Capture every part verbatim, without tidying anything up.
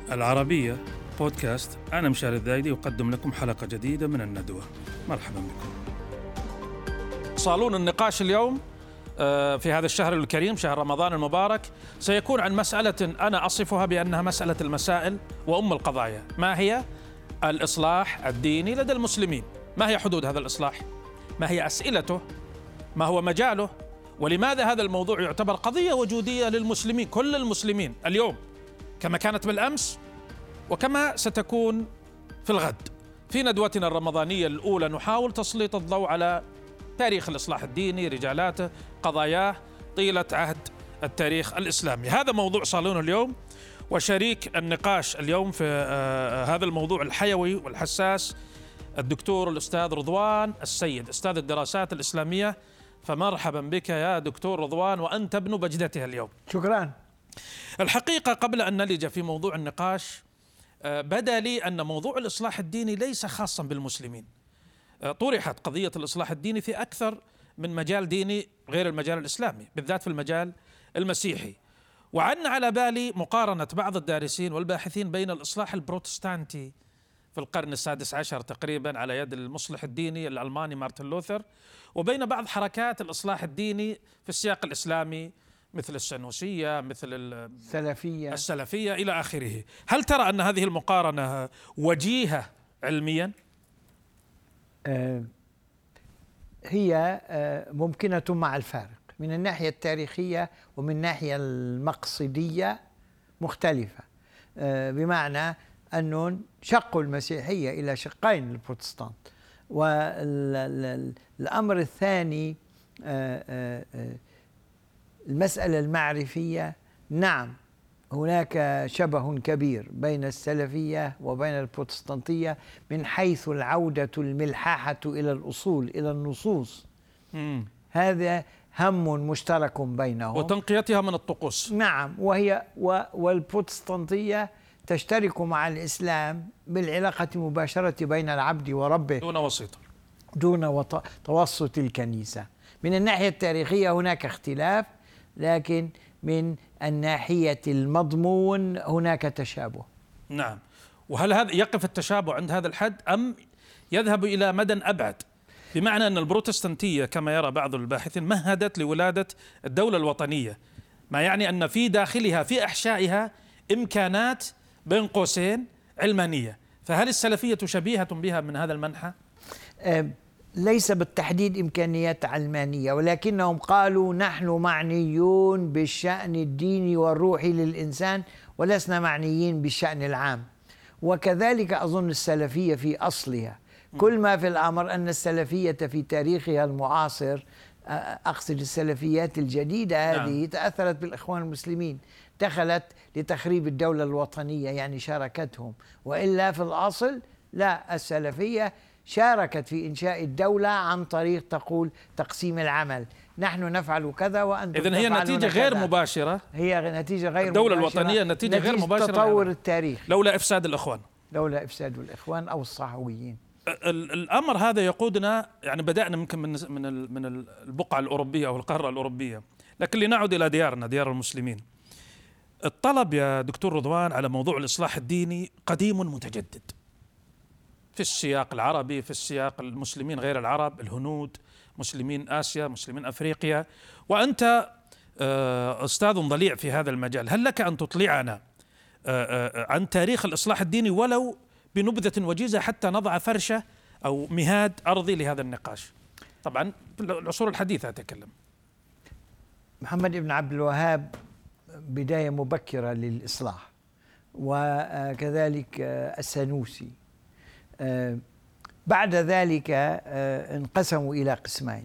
العربية بودكاست. أنا مشاري الذايدي أقدم لكم حلقة جديدة من الندوة. مرحبا بكم. صالون النقاش اليوم في هذا الشهر الكريم، شهر رمضان المبارك، سيكون عن مسألة أنا أصفها بأنها مسألة المسائل وأم القضايا. ما هي الإصلاح الديني لدى المسلمين؟ ما هي حدود هذا الإصلاح؟ ما هي أسئلته؟ ما هو مجاله؟ ولماذا هذا الموضوع يعتبر قضية وجودية للمسلمين، كل المسلمين اليوم، كما كانت بالأمس وكما ستكون في الغد؟ في ندوتنا الرمضانية الأولى نحاول تسليط الضوء على تاريخ الإصلاح الديني، رجالاته، قضاياه طيلة عهد التاريخ الإسلامي. هذا موضوع صالون اليوم، وشريك النقاش اليوم في آه هذا الموضوع الحيوي والحساس الدكتور الأستاذ رضوان السيد، أستاذ الدراسات الإسلامية. فمرحبا بك يا دكتور رضوان، وأنت ابن بجدتها اليوم. شكرا. الحقيقة قبل أن نلج في موضوع النقاش آه بدا لي أن موضوع الإصلاح الديني ليس خاصا بالمسلمين. آه طرحت قضية الإصلاح الديني في أكثر من مجال ديني غير المجال الإسلامي، بالذات في المجال المسيحي. وعن على بالي مقارنة بعض الدارسين والباحثين بين الإصلاح البروتستانتي في القرن السادس عشر تقريبا على يد المصلح الديني الألماني مارتن لوثر، وبين بعض حركات الإصلاح الديني في السياق الإسلامي مثل السنوسية، مثل السلفية السلفية إلى آخره. هل ترى أن هذه المقارنة وجيهة علميا؟ آه هي آه ممكنة مع الفارق من الناحية التاريخية، ومن الناحية المقصدية مختلفة. آه بمعنى أنه شقوا المسيحية إلى شقين البروتستانت. والأمر الثاني آه آه المسألة المعرفية. نعم، هناك شبه كبير بين السلفية وبين البروتستانتية من حيث العودة الملحاحة إلى الأصول، إلى النصوص. م. هذا هم مشترك بينهم، وتنقيتها من الطقوس. نعم، وهي والبروتستانتية تشترك مع الإسلام بالعلاقة المباشرة بين العبد وربه دون وسيط، دون توسط الكنيسة. من الناحية التاريخية هناك اختلاف، لكن من الناحية المضمون هناك تشابه. نعم. وهل هذا يقف التشابه عند هذا الحد أم يذهب إلى مدى أبعد؟ بمعنى أن البروتستانتية كما يرى بعض الباحثين مهدت لولادة الدولة الوطنية، ما يعني أن في داخلها في أحشائها إمكانات بين قوسين علمانية. فهل السلفية شبيهة بها من هذا المنحى؟ أه ليس بالتحديد إمكانيات علمانية، ولكنهم قالوا نحن معنيون بالشأن الديني والروحي للإنسان، ولسنا معنيين بالشأن العام. وكذلك أظن السلفية في أصلها. كل ما في الأمر أن السلفية في تاريخها المعاصر، أقصد السلفيات الجديدة هذه، تأثرت بالإخوان المسلمين، دخلت لتخريب الدولة الوطنية، يعني شاركتهم. وإلا في الأصل لا، السلفية شاركت في إنشاء الدولة عن طريق تقول تقسيم العمل، نحن نفعل كذا وأنتم إذن هي نتيجة غير مباشرة. هي نتيجة غير الدولة مباشرة، الوطنية نتيجة غير مباشرة تطور التاريخ، لولا إفساد الإخوان لولا إفساد الإخوان أو الصهويين. الأمر هذا يقودنا، يعني بدأنا ممكن من من من البقعة الأوروبية أو القارة الأوروبية، لكن لنعد إلى ديارنا، ديار المسلمين. الطلب يا دكتور رضوان على موضوع الإصلاح الديني قديم متجدد في السياق العربي، في السياق المسلمين غير العرب، الهنود، مسلمين آسيا، مسلمين أفريقيا، وأنت أستاذ ضليع في هذا المجال. هل لك أن تطلعنا عن تاريخ الإصلاح الديني ولو بنبذة وجيزة حتى نضع فرشة أو مهاد أرضي لهذا النقاش؟ طبعا في العصور الحديثة أتكلم. محمد بن عبد الوهاب بداية مبكرة للإصلاح، وكذلك السنوسي. بعد ذلك انقسموا إلى قسمين: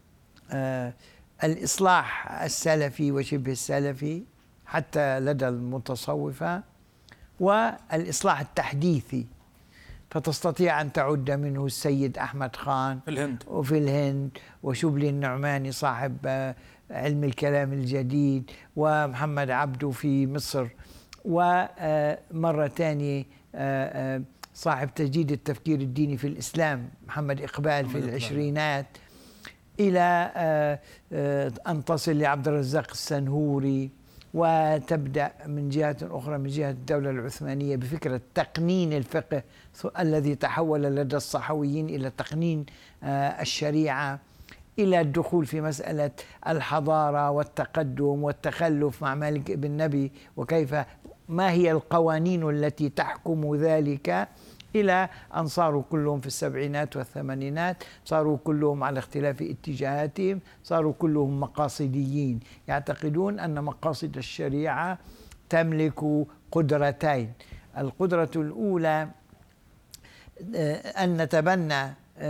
الإصلاح السلفي وشبه السلفي حتى لدى المتصوفة، والإصلاح التحديثي، فتستطيع أن تعد منه السيد أحمد خان في الهند وفي الهند وشبلي النعماني صاحب علم الكلام الجديد، ومحمد عبده في مصر، ومرة ثانية صاحب تجديد التفكير الديني في الإسلام محمد إقبال في العشرينات، إلى أن تصل لعبد الرزاق السنهوري وتبدأ من جهة أخرى من جهة الدولة العثمانية بفكرة تقنين الفقه الذي تحول لدى الصحويين إلى تقنين الشريعة، إلى الدخول في مسألة الحضارة والتقدم والتخلف مع مالك ابن نبي، وكيف ما هي القوانين التي تحكم ذلك، إلى أن صاروا كلهم في السبعينات والثمانينات صاروا كلهم على اختلاف اتجاهاتهم، صاروا كلهم مقاصديين، يعتقدون أن مقاصد الشريعة تملك قدرتين. القدرة الأولى أن نتبنى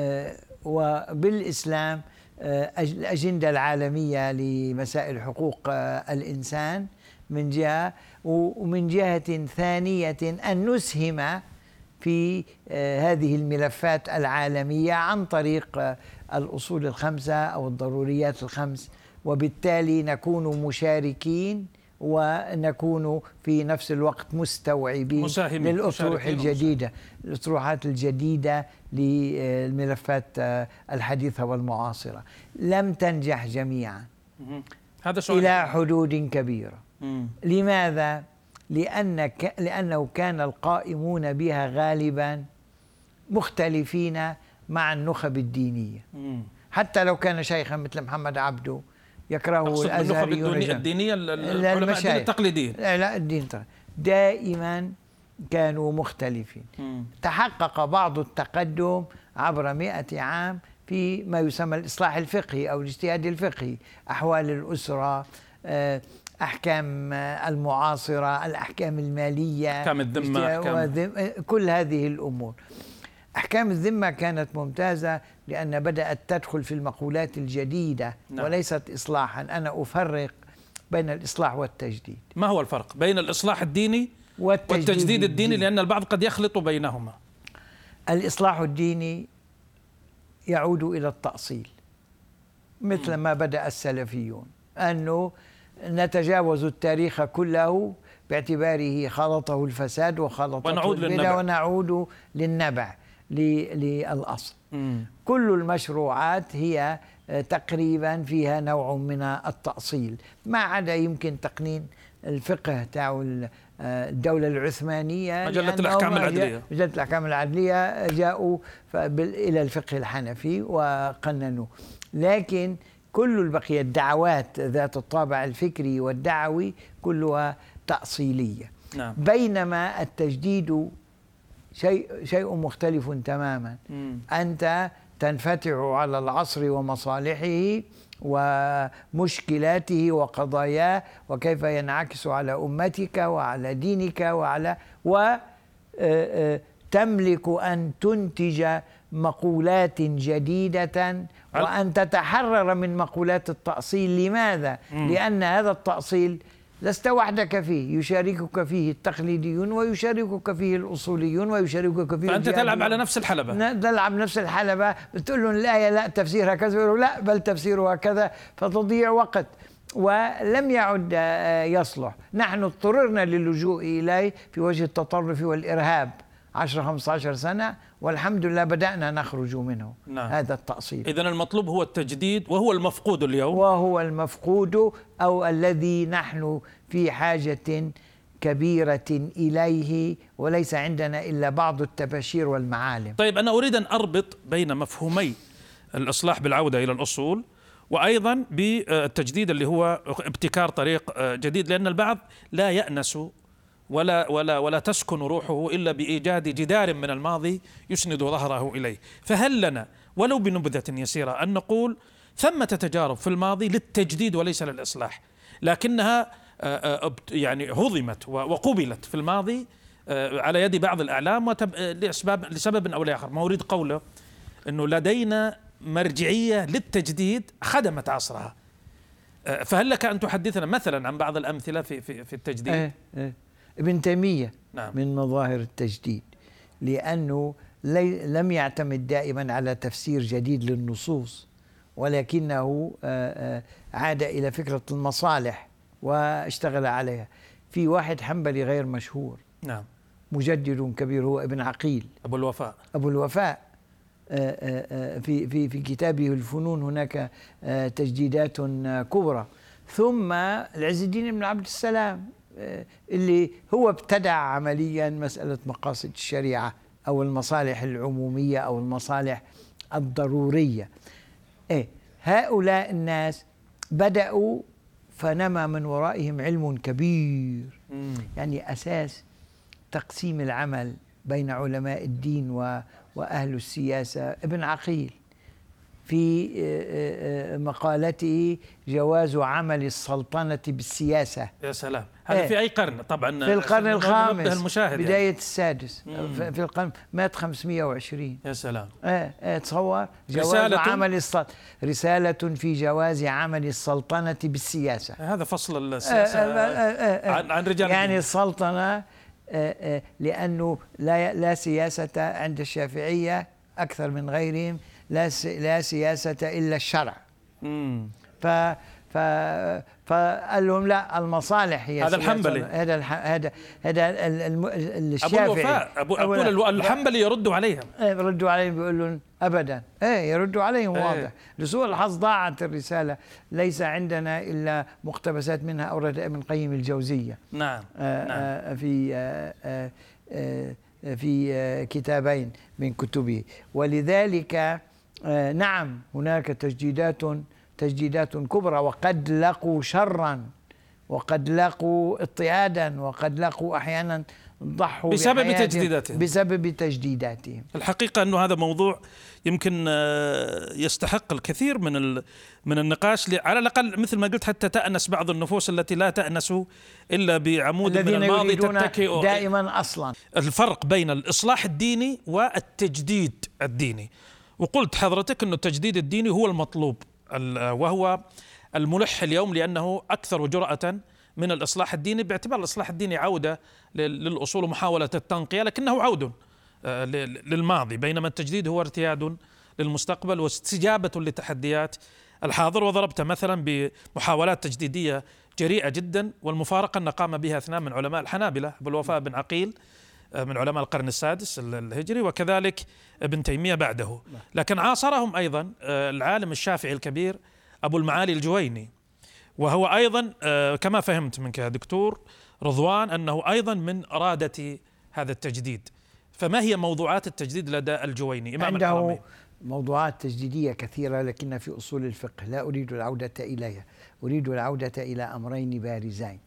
وبالإسلام الأجندة العالمية لمسائل حقوق الإنسان من جهة، ومن جهة ثانية أن نسهم في هذه الملفات العالمية عن طريق الأصول الخمسة أو الضروريات الخمس، وبالتالي نكون مشاركين ونكون في نفس الوقت مستوعبين للأطروح الجديدة، الأطروحات الجديدة للملفات الحديثة والمعاصرة. لم تنجح جميعا هذا إلى حدود كبيرة. مم. لماذا؟ لأن ك... لأنه كان القائمون بها غالبا مختلفين مع النخب الدينية. مم. حتى لو كان شيخا مثل محمد عبده يكرهه الأزهريون النخب الدينية العلماء الدين التقليديين، لا, لا الدين دائما كانوا مختلفين. مم. تحقق بعض التقدم عبر مئة عام في ما يسمى الإصلاح الفقهي أو الاجتهاد الفقهي، أحوال الأسرة، أحكام المعاصرة، الأحكام المالية، أحكام الذمة، أحكام كل هذه الأمور. أحكام الذمة كانت ممتازة لأن بدأت تدخل في المقولات الجديدة. نعم. وليست إصلاحا. أنا أفرق بين الإصلاح والتجديد. ما هو الفرق بين الإصلاح الديني والتجديد, والتجديد الديني؟ لأن البعض قد يخلط بينهما. الإصلاح الديني يعود إلى التأصيل، مثل ما بدأ السلفيون، أنه نتجاوز التاريخ كله باعتباره خلطه الفساد وخلطته البدع ونعود للنبع للأصل. مم. كل المشروعات هي تقريبا فيها نوع من التأصيل، ما عدا يمكن تقنين الفقه تاع الدولة العثمانية، مجلة الأحكام العدلية مجلة الأحكام العدلية جاءوا إلى الفقه الحنفي وقننوا، لكن كل البقية الدعوات ذات الطابع الفكري والدعوي كلها تأصيلية. نعم. بينما التجديد شيء شيء مختلف تماما. مم. أنت تنفتح على العصر ومصالحه ومشكلاته وقضاياه وكيف ينعكس على أمتك وعلى دينك وعلى وتملك أن تنتج مقولات جديدة وأن تتحرر من مقولات التأصيل. لماذا؟ مم. لأن هذا التأصيل لست وحدك فيه، يشاركك فيه التقليديون ويشاركك فيه الأصوليون ويشاركك فيه، فأنت تلعب على نفس الحلبة. تلعب نفس الحلبة، بتقول لهم الآية لا تفسيرها كذا، يقولوا لا بل تفسيرها كذا، فتضيع وقت ولم يعد يصلح. نحن اضطررنا للجوء إليه في وجه التطرف والإرهاب عشرة خمسة عشر سنة، والحمد لله بدأنا نخرج منه. نعم. هذا التأصيل. إذن المطلوب هو التجديد، وهو المفقود اليوم، وهو المفقود أو الذي نحن في حاجة كبيرة إليه، وليس عندنا إلا بعض التباشير والمعالم. طيب، أنا أريد أن أربط بين مفهومي الإصلاح بالعودة إلى الأصول وأيضا بالتجديد اللي هو ابتكار طريق جديد، لأن البعض لا يأنس ولا ولا ولا تسكن روحه إلا بإيجاد جدار من الماضي يسند ظهره إليه. فهل لنا ولو بنبذة يسيرة أن نقول ثمة تجارب في الماضي للتجديد وليس للإصلاح، لكنها يعني هضمت وقبلت في الماضي على يد بعض الأعلام لأسباب لسبب أو لآخر. ما أريد قوله أنه لدينا مرجعية للتجديد خدمت عصرها. فهل لك أن تحدثنا مثلا عن بعض الأمثلة في في في التجديد؟ اه اه ابن تيمية. نعم. من مظاهر التجديد، لأنه لم يعتمد دائما على تفسير جديد للنصوص، ولكنه عاد إلى فكرة المصالح واشتغل عليها. في واحد حنبلي غير مشهور، نعم، مجدد كبير، هو ابن عقيل، أبو الوفاء أبو الوفاء في في في كتابه الفنون هناك تجديدات كبرى. ثم العز الدين بن عبد السلام اللي هو ابتدع عمليا مسألة مقاصد الشريعة أو المصالح العمومية أو المصالح الضرورية. إيه هؤلاء الناس بدأوا فنما من ورائهم علم كبير. يعني أساس تقسيم العمل بين علماء الدين وأهل السياسة ابن عقيل في مقالته جواز عمل السلطنة بالسياسة. يا سلام، هذا ايه في أي قرن؟ طبعا في القرن الخامس بداية يعني. السادس مم. في القرن مات خمسمائة وعشرين. يا سلام. ايه ايه تصور جواز رسالة عمل السلطنة، رسالة في جواز عمل السلطنة بالسياسة. هذا فصل السياسة ايه ايه ايه عن, عن رجال يعني الدين. السلطنة ايه ايه لأنه لا لا سياسة عند الشافعية أكثر من غيرهم، لا لا سياسة إلا الشرع. امم ف ف فقال لهم لا، المصالح هي هذا الحنبلي، هذا الح... هذا هذا الشافعي أبو الوفاء أبو أبو الحنبلي يردوا عليهم يردوا عليهم بيقول لهم أبدا ايه يردوا عليهم. ايه. واضح. لسوء الحظ ضاعت الرسالة، ليس عندنا إلا مقتبسات منها أورد ابن قيم الجوزية. نعم. آآ نعم. آآ في آآ آآ في كتابين من كتبه. ولذلك نعم هناك تجديدات تجديدات كبرى، وقد لقوا شرا وقد لقوا اضطهادا وقد لقوا أحيانا ضحوا بسبب تجديداتهم بسبب تجديداتهم. الحقيقة أنه هذا موضوع يمكن يستحق الكثير من من النقاش، على الأقل مثل ما قلت حتى تأنس بعض النفوس التي لا تأنس إلا بعمود من الماضي تتكئ دائما أصلا. الفرق بين الإصلاح الديني والتجديد الديني، وقلت حضرتك أنه التجديد الديني هو المطلوب وهو الملح اليوم، لأنه أكثر جرأة من الإصلاح الديني، باعتبار الإصلاح الديني عودة للأصول ومحاولة التنقية، لكنه عود للماضي، بينما التجديد هو ارتياد للمستقبل واستجابة لتحديات الحاضر. وضربت مثلا بمحاولات تجديدية جريئة جدا، والمفارقة أن قام بها اثنان من علماء الحنابلة، أبو الوفاء بن عقيل من علماء القرن السادس الهجري، وكذلك ابن تيمية بعده. لكن عاصرهم أيضا العالم الشافعي الكبير أبو المعالي الجويني، وهو أيضا كما فهمت منك يا دكتور رضوان أنه أيضا من أرادة هذا التجديد. فما هي موضوعات التجديد لدى الجويني إمام عنده الحرمين؟ موضوعات تجديدية كثيرة، لكن في أصول الفقه لا أريد العودة إليها، أريد العودة إلى أمرين بارزين،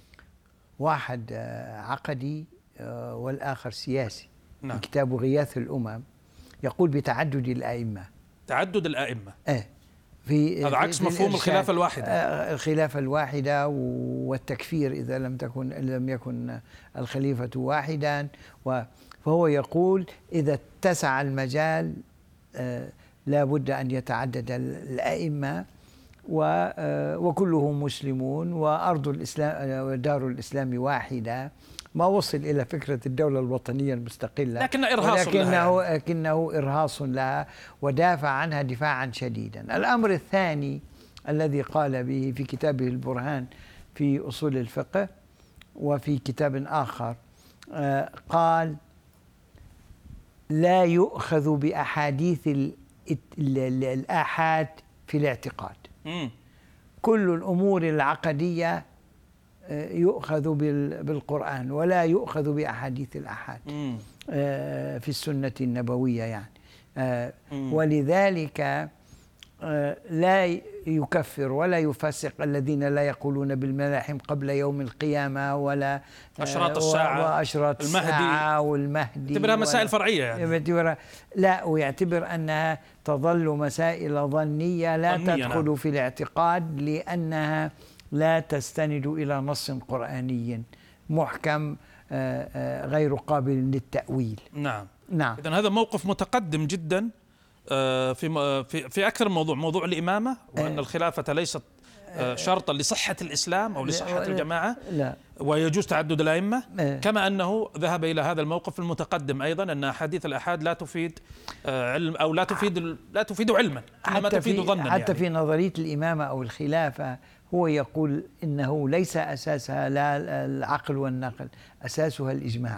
واحد عقدي والآخر سياسي. نعم. كتاب غياث الأمم يقول بتعدد الأئمة. تعدد الأئمة إيه في هذا عكس مفهوم الخلافة الواحدة. الخلافة الواحدة والتكفير إذا لم تكن لم يكن الخليفة واحدا. فهو يقول إذا اتسع المجال لا بد أن يتعدد الأئمة وكلهم مسلمون وأرض الإسلام ودار الإسلام واحدة. ما وصل إلى فكرة الدولة الوطنية المستقلة، لكن إرهاص لكنه, لها لكنه إرهاص لها ودافع عنها دفاعا شديدا. الأمر الثاني الذي قال به في كتابه البرهان في أصول الفقه وفي كتاب آخر قال لا يؤخذ بأحاديث الآحاد في الاعتقاد. م. كل الأمور العقدية يؤخذ بالقرآن ولا يؤخذ بأحاديث الآحاد في السنة النبوية يعني. ولذلك لا يكفر ولا يفسق الذين لا يقولون بالملاحم قبل يوم القيامة ولا أشراط الساعة وأشراط الساعة والمهدي، يعتبرها مسائل فرعية يعني. لا، ويعتبر أنها تظل مسائل ظنية لا تدخل نعم. في الاعتقاد، لأنها لا تستند إلى نص قرآني محكم غير قابل للتأويل. نعم نعم. إذن هذا موقف متقدم جدا في في في أكثر من موضوع، موضوع الإمامة، وأن الخلافة ليست شرطا لصحة الإسلام أو لصحة الجماعة، لا، ويجوز تعدد الأئمة، كما أنه ذهب إلى هذا الموقف المتقدم أيضا أن أحاديث الآحاد لا تفيد علم أو لا تفيد لا تفيد علما، إنما تفيد ظنا. حتى يعني. في نظرية الإمامة أو الخلافة هو يقول إنه ليس أساسها لا العقل والنقل، أساسها الإجماع.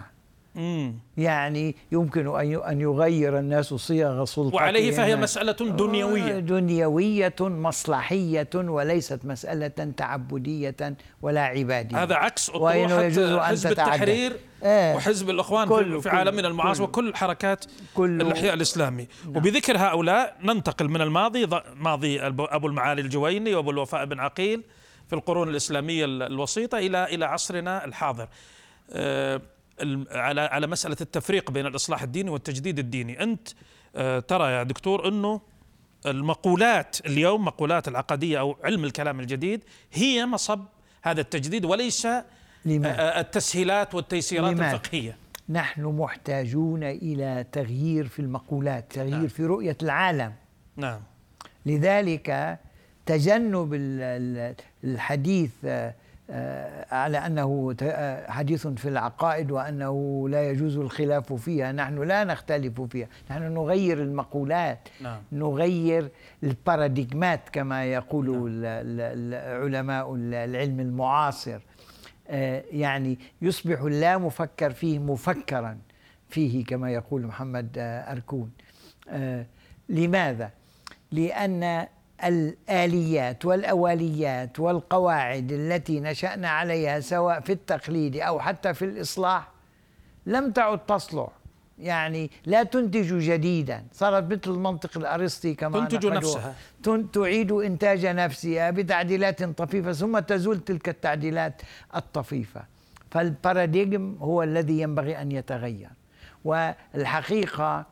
مم. يعني يمكن أن يغير الناس صيغ سلطتهم، وعليه فهي مسألة دنيوية دنيوية مصلحية وليست مسألة تعبدية ولا عبادية. هذا عكس أطروحة حزب التحرير آه وحزب الإخوان كله في عالمنا المعاصر وكل حركات الإحياء الإسلامي. نعم. وبذكر هؤلاء ننتقل من الماضي، ماضي أبو المعالي الجويني وأبو الوفاء بن عقيل في القرون الإسلامية الوسيطة إلى إلى عصرنا الحاضر، آه على على مسألة التفريق بين الإصلاح الديني والتجديد الديني. أنت ترى يا دكتور أنه المقولات اليوم، مقولات العقدية أو علم الكلام الجديد، هي مصب هذا التجديد وليس لماذا؟ التسهيلات والتيسيرات لماذا؟ الفقهية. نحن محتاجون إلى تغيير في المقولات، تغيير نعم. في رؤية العالم. نعم. لذلك تجنب الحديث على أنه حديث في العقائد وأنه لا يجوز الخلاف فيها، نحن لا نختلف فيها، نحن نغير المقولات. نعم. نغير الباراديغمات كما يقول نعم. علماء العلم المعاصر، يعني يصبح اللا مفكر فيه مفكرا فيه كما يقول محمد أركون. لماذا؟ لأن الآليات والأوليات والقواعد التي نشأنا عليها سواء في التقليد أو حتى في الإصلاح لم تعد تصلح، يعني لا تنتج جديدا، صارت مثل المنطق الأرسطي كما تنتج نفسها، تعيد إنتاج نفسها بتعديلات طفيفة ثم تزول تلك التعديلات الطفيفة. فالباراديغم هو الذي ينبغي أن يتغير. والحقيقة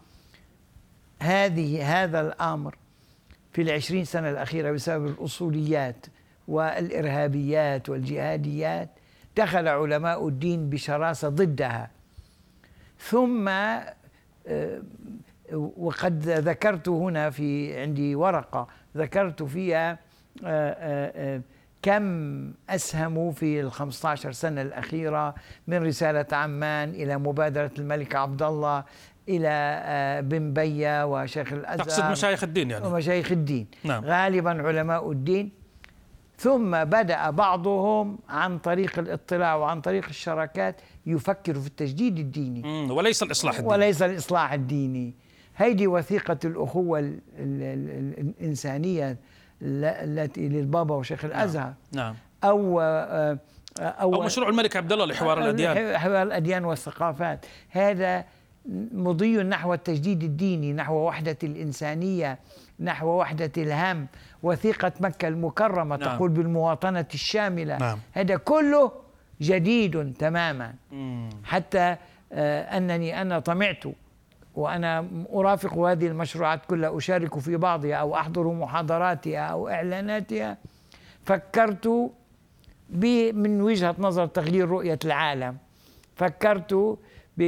هذه هذا الأمر في العشرين سنة الأخيرة بسبب الأصوليات والإرهابيات والجهاديات دخل علماء الدين بشراسة ضدها. ثم وقد ذكرت هنا في عندي ورقة ذكرت فيها كم أسهموا في الخمسة عشر سنة الأخيرة، من رسالة عمان إلى مبادرة الملك عبد الله إلى بن بية وشيخ الأزهر. تقصد مشايخ الدين يعني؟ ومشايخ الدين. نعم. غالبا علماء الدين. ثم بدأ بعضهم عن طريق الاطلاع وعن طريق الشراكات يفكر في التجديد الديني وليس الإصلاح الديني. وليس الإصلاح الديني. هيدي وثيقة الأخوة ال ال ال الإنسانية التي للبابا وشيخ الأزهر. نعم. أو أو, أو مشروع الملك عبد الله لحوار الأديان، حوار الأديان والثقافات. هذا مضي نحو التجديد الديني، نحو وحدة الإنسانية، نحو وحدة الهم. وثيقة مكة المكرمة نعم. تقول بالمواطنة الشاملة. نعم. هذا كله جديد تماما. مم. حتى آه أنني أنا طمعت وأنا أرافق هذه المشروعات كلها، أشارك في بعضها أو أحضر محاضراتها أو إعلاناتها. فكرت من وجهة نظر تغيير رؤية العالم، فكرت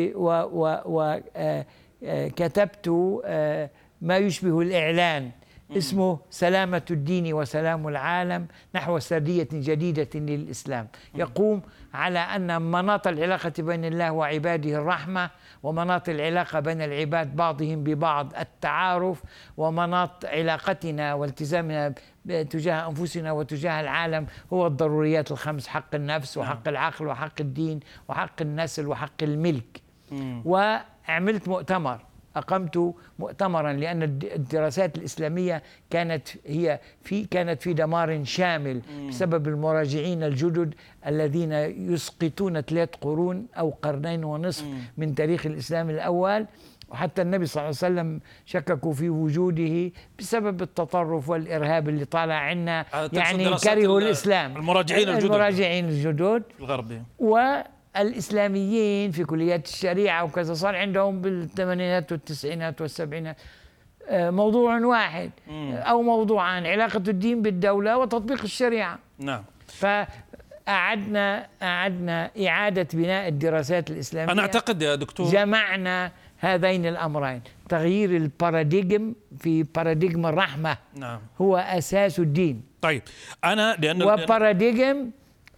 وكتبت ما يشبه الإعلان اسمه سلامة الدين وسلام العالم نحو سردية جديدة للإسلام، يقوم على أن مناط العلاقة بين الله وعباده الرحمة، ومناط العلاقة بين العباد بعضهم ببعض التعارف، ومناط علاقتنا والتزامنا تجاه أنفسنا وتجاه العالم هو الضروريات الخمس: حق النفس وحق العقل وحق الدين وحق النسل وحق الملك. وعملت مؤتمر، أقمت مؤتمرا، لأن الدراسات الإسلامية كانت هي في كانت في دمار شامل بسبب المراجعين الجدد الذين يسقطون ثلاث قرون أو قرنين ونصف من تاريخ الإسلام الأول، وحتى النبي صلى الله عليه وسلم شككوا في وجوده بسبب التطرف والإرهاب اللي طالع عنا، يعني كرهوا الإسلام. المراجعين الجدد المراجعين الجدد الغربي والإسلاميين في كليات الشريعة وكذا صار عندهم بالثمانينات والتسعينات والسبعينات موضوع واحد مم. أو موضوعان: علاقة الدين بالدولة وتطبيق الشريعة. نعم. فأعدنا أعدنا إعادة بناء الدراسات الإسلامية. أنا أعتقد يا دكتور جمعنا هذين الأمرين: تغيير الباراديغم في باراديغم الرحمة. نعم. هو أساس الدين. طيب أنا لأن وباراديغم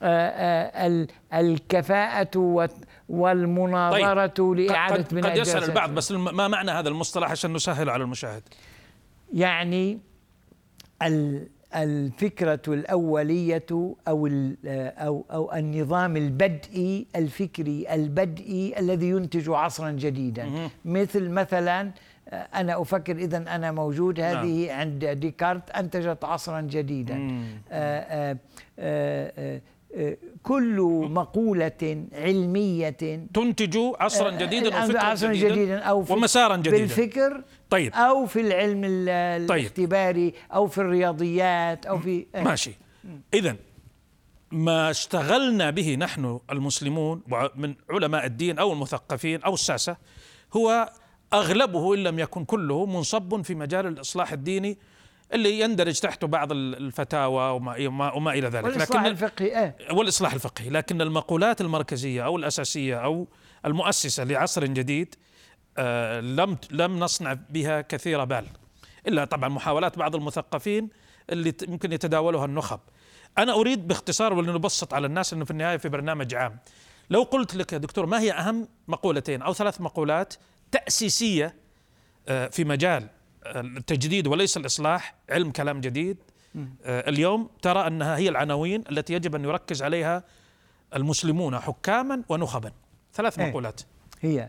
الكفاءة والمناظرة طيب. لإعادة بناء قد يسأل البعض بس ما معنى هذا المصطلح عشان نسهل على المشاهد؟ يعني الفكرة الأولية أو أو أو النظام البدئي الفكري البدئي الذي ينتج عصرا جديدا، مثل مثلا أنا أفكر إذا أنا موجود، هذه نعم. عند ديكارت أنتجت عصرا جديدا. آآ آآ آآ كل مقولة علمية تنتج عصرا جديدا وفكرا عصرا جديدا, جديدا أو ومسارا جديدا بالفكر طيب. أو في العلم الاختباري طيب. أو في الرياضيات أو في ماشي. إذن ما اشتغلنا به نحن المسلمون من علماء الدين أو المثقفين أو الساسة هو أغلبه إن لم يكن كله منصب في مجال الإصلاح الديني اللي يندرج تحته بعض الفتاوى وما, وما إلى ذلك، والإصلاح الفقهي والإصلاح الفقهي لكن المقولات المركزية أو الأساسية أو المؤسسة لعصر جديد آه لم لم نصنع بها كثير بال، إلا طبعا محاولات بعض المثقفين اللي يمكن يتداولها النخب. أنا أريد باختصار ولنبسط على الناس أنه في النهاية في برنامج عام، لو قلت لك يا دكتور ما هي أهم مقولتين أو ثلاث مقولات تأسيسية في مجال التجديد وليس الإصلاح، علم كلام جديد اليوم، ترى أنها هي العناوين التي يجب أن يركز عليها المسلمون حكاما ونخبا. ثلاث مقولات هي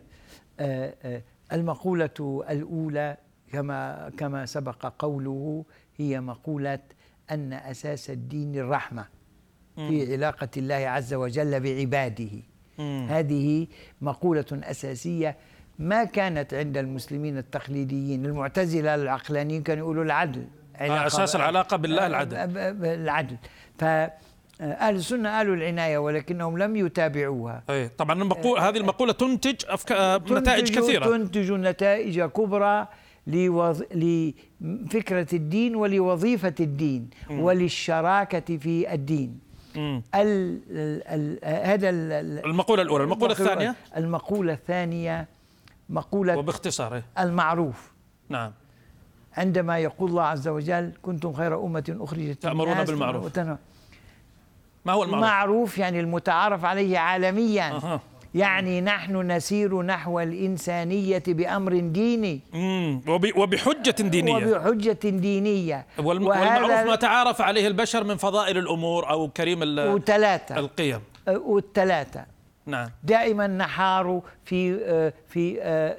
المقولة الأولى كما كما سبق قوله، هي مقولة أن أساس الدين الرحمة في علاقة الله عز وجل بعباده. مم. هذه مقولة أساسية ما كانت عند المسلمين التقليديين. المعتزلة العقلانيين كانوا يقولوا العدل، أساس العلاقة بالله العدل العدل فأهل السنة قالوا العناية ولكنهم لم يتابعوها. أي طبعا المقول هذه المقولة تنتج نتائج كثيرة، تنتج نتائج كبرى لوظ... لفكرة الدين ولوظيفة الدين م. وللشراكة في الدين. ال... ال... ال... هذا ال... المقولة الأولى. المقولة الثانية المقولة الثانية مقولة وباختصار المعروف. نعم. عندما يقول الله عز وجل كنتم خير أمة أخرجت تأمرون بالمعروف. وتنهون. ما هو المعروف؟ المعروف يعني المتعارف عليه عالميا. أه. يعني نحن نسير نحو الإنسانية بأمر ديني وبحجة دينية وبحجة دينية والمعروف ما تعارف عليه البشر من فضائل الأمور أو كريم وثلاثة القيم والثلاثة. نعم. دائما نحار في في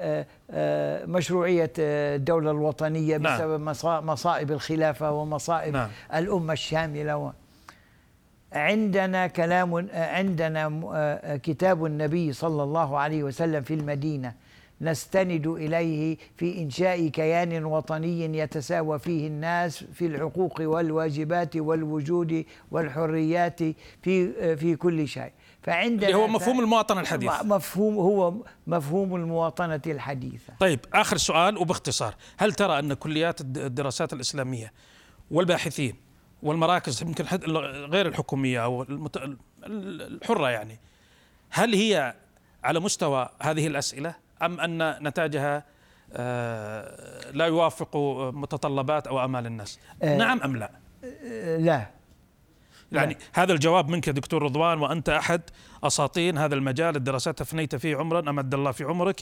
مشروعية الدولة الوطنية بسبب نعم. مصائب الخلافة ومصائب نعم. الأمة الشاملة. عندنا كلام عندنا كتاب النبي صلى الله عليه وسلم في المدينة نستند إليه في إنشاء كيان وطني يتساوى فيه الناس في الحقوق والواجبات والوجود والحريات في في كل شيء. فعندنا اللي هو مفهوم المواطنة الحديث. مفهوم هو مفهوم المواطنة الحديثة. طيب آخر سؤال وباختصار، هل ترى أن كليات الدراسات الإسلامية والباحثين والمراكز يمكن غير الحكومية أو الحرة يعني هل هي على مستوى هذه الأسئلة أم أن نتاجها لا يوافق متطلبات أو آمال الناس؟ أه نعم أم لا؟ لا. يعني لا. هذا الجواب منك يا دكتور رضوان وأنت أحد أساطين هذا المجال، الدراسات أفنيت فيه عمرا أمد الله في عمرك،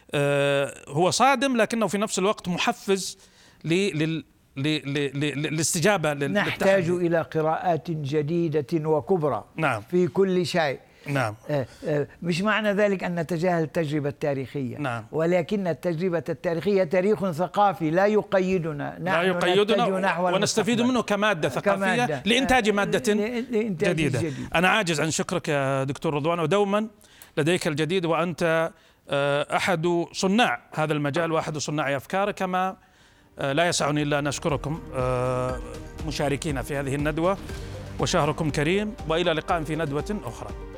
هو صادم لكنه في نفس الوقت محفز لل للاستجابة. نحتاج إلى قراءات جديدة وكبرى نعم. في كل شيء. نعم. آه آه مش معنى ذلك أن نتجاهل التجربة التاريخية نعم. ولكن التجربة التاريخية تاريخ ثقافي لا يقيدنا، لا يقيدنا ونستفيد منه كمادة ثقافية كمادة. لإنتاج مادة لإنتاج جديدة جديد. أنا عاجز عن شكرك يا دكتور رضوان، ودوما لديك الجديد وأنت أحد صناع هذا المجال وأحد صناع أفكاره، كما لا يسعني إلا أن أشكركم مشاركين في هذه الندوة، وشهركم كريم، وإلى لقاء في ندوة أخرى.